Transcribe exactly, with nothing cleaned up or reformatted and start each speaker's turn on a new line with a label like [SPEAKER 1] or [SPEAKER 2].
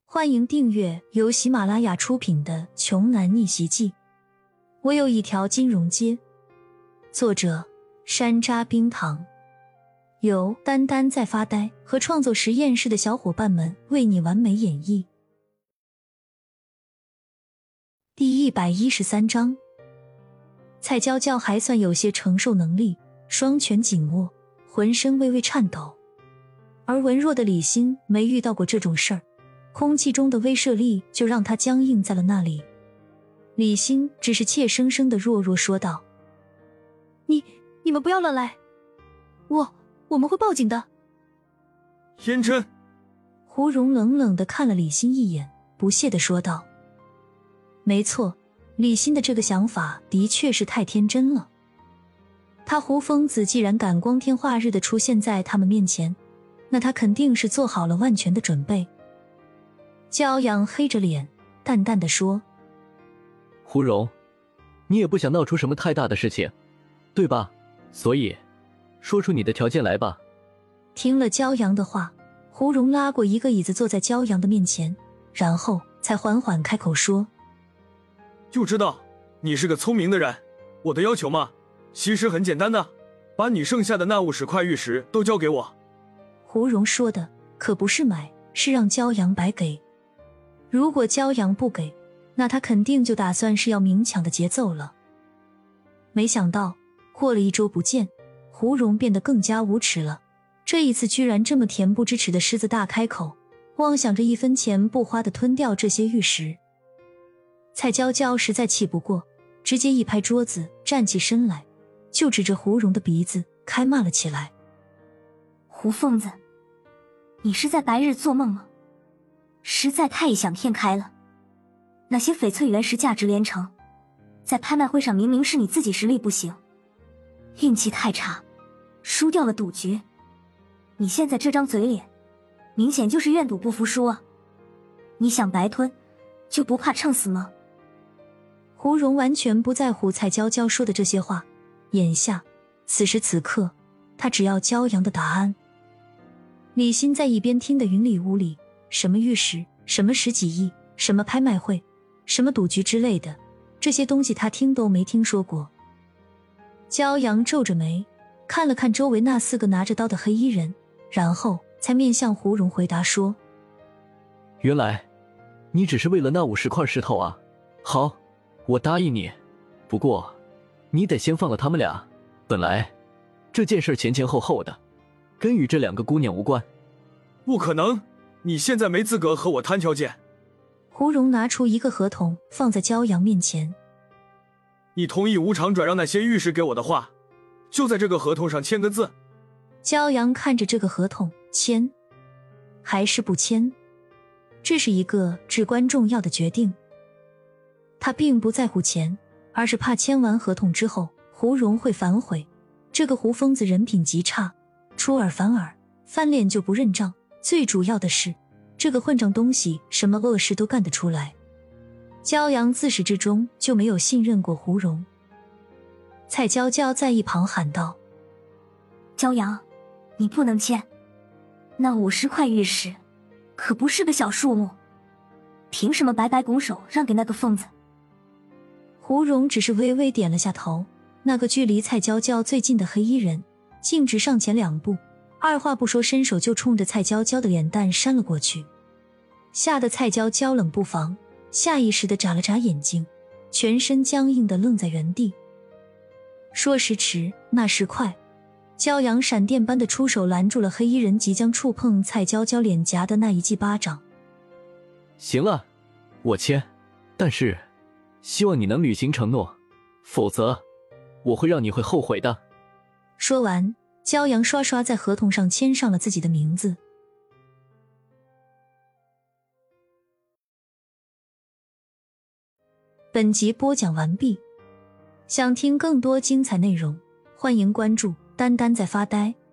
[SPEAKER 1] 欢迎订阅由喜马拉雅出品的《穷男逆袭记》。我有一条金融街。作者：山楂冰糖，由丹丹在发呆和创作实验室的小伙伴们为你完美演绎。第一百一十三章，蔡娇娇还算有些承受能力，双拳紧握，浑身微微颤抖。而文弱的李欣没遇到过这种事儿，空气中的威慑力就让她僵硬在了那里。李欣只是怯生生地弱弱说道：你你们不要乱来，我我们会报警的。
[SPEAKER 2] 天真。
[SPEAKER 1] 胡蓉冷冷地看了李欣一眼，不屑地说道。没错，李欣的这个想法的确是太天真了。他胡疯子既然敢光天化日地出现在他们面前，那他肯定是做好了万全的准备。骄阳黑着脸淡淡地说：
[SPEAKER 3] 胡蓉，你也不想闹出什么太大的事情，对吧？所以说出你的条件来吧。
[SPEAKER 1] 听了骄阳的话，胡蓉拉过一个椅子坐在骄阳的面前，然后才缓缓开口说：
[SPEAKER 2] 就知道你是个聪明的人，我的要求嘛，其实很简单的，把你剩下的那五十块玉石都交给我。
[SPEAKER 1] 胡蓉说的可不是买，是让骄阳白给。如果骄阳不给，那他肯定就打算是要明抢的节奏了。没想到过了一周不见，胡蓉变得更加无耻了，这一次居然这么恬不知耻的狮子大开口，妄想着一分钱不花的吞掉这些玉石。蔡娇娇实在气不过，直接一拍桌子，站起身来，就指着胡蓉的鼻子开骂了起来：
[SPEAKER 4] 胡疯子，你是在白日做梦吗？实在太异想天开了。那些翡翠原石价值连城，在拍卖会上明明是你自己实力不行，运气太差，输掉了赌局。你现在这张嘴脸，明显就是愿赌不服输啊！你想白吞，就不怕撑死吗？
[SPEAKER 1] 胡蓉完全不在乎蔡娇娇说的这些话，眼下此时此刻，她只要骄阳的答案。李欣在一边听得云里雾里，什么玉石，什么十几亿，什么拍卖会，什么赌局之类的，这些东西他听都没听说过。骄阳皱着眉看了看周围那四个拿着刀的黑衣人，然后才面向胡蓉回答说：
[SPEAKER 3] 原来你只是为了那五十块石头啊。好，我答应你，不过你得先放了他们俩。本来这件事前前后后的跟与这两个姑娘无关。
[SPEAKER 2] 不可能，你现在没资格和我谈条件。
[SPEAKER 1] 胡蓉拿出一个合同放在骄阳面前。
[SPEAKER 2] 你同意无偿转让那些玉石给我的话，就在这个合同上签个字。
[SPEAKER 1] 骄阳看着这个合同，签还是不签？这是一个至关重要的决定。他并不在乎钱，而是怕签完合同之后胡蓉会反悔。这个胡疯子人品极差，出尔反尔，翻脸就不认账，最主要的是这个混账东西什么恶事都干得出来。骄阳自始至终就没有信任过胡蓉。蔡娇娇在一旁喊道：
[SPEAKER 4] 骄阳，你不能签，那五十块玉石可不是个小数目，凭什么白白拱手让给那个疯子？
[SPEAKER 1] 胡蓉只是微微点了下头，那个距离蔡娇娇最近的黑衣人径直上前两步，二话不说伸手就冲着蔡娇娇的脸蛋扇了过去，吓得蔡娇娇冷不防，下意识地眨了眨眼睛，全身僵硬地愣在原地。说时迟，那时快，骄阳闪电般的出手拦住了黑衣人即将触碰蔡娇娇脸颊的那一记巴掌。
[SPEAKER 3] 行了，我签，但是希望你能履行承诺，否则我会让你会后悔的。
[SPEAKER 1] 说完，骄阳刷刷在合同上签上了自己的名字。本集播讲完毕，想听更多精彩内容，欢迎关注丹丹在发呆。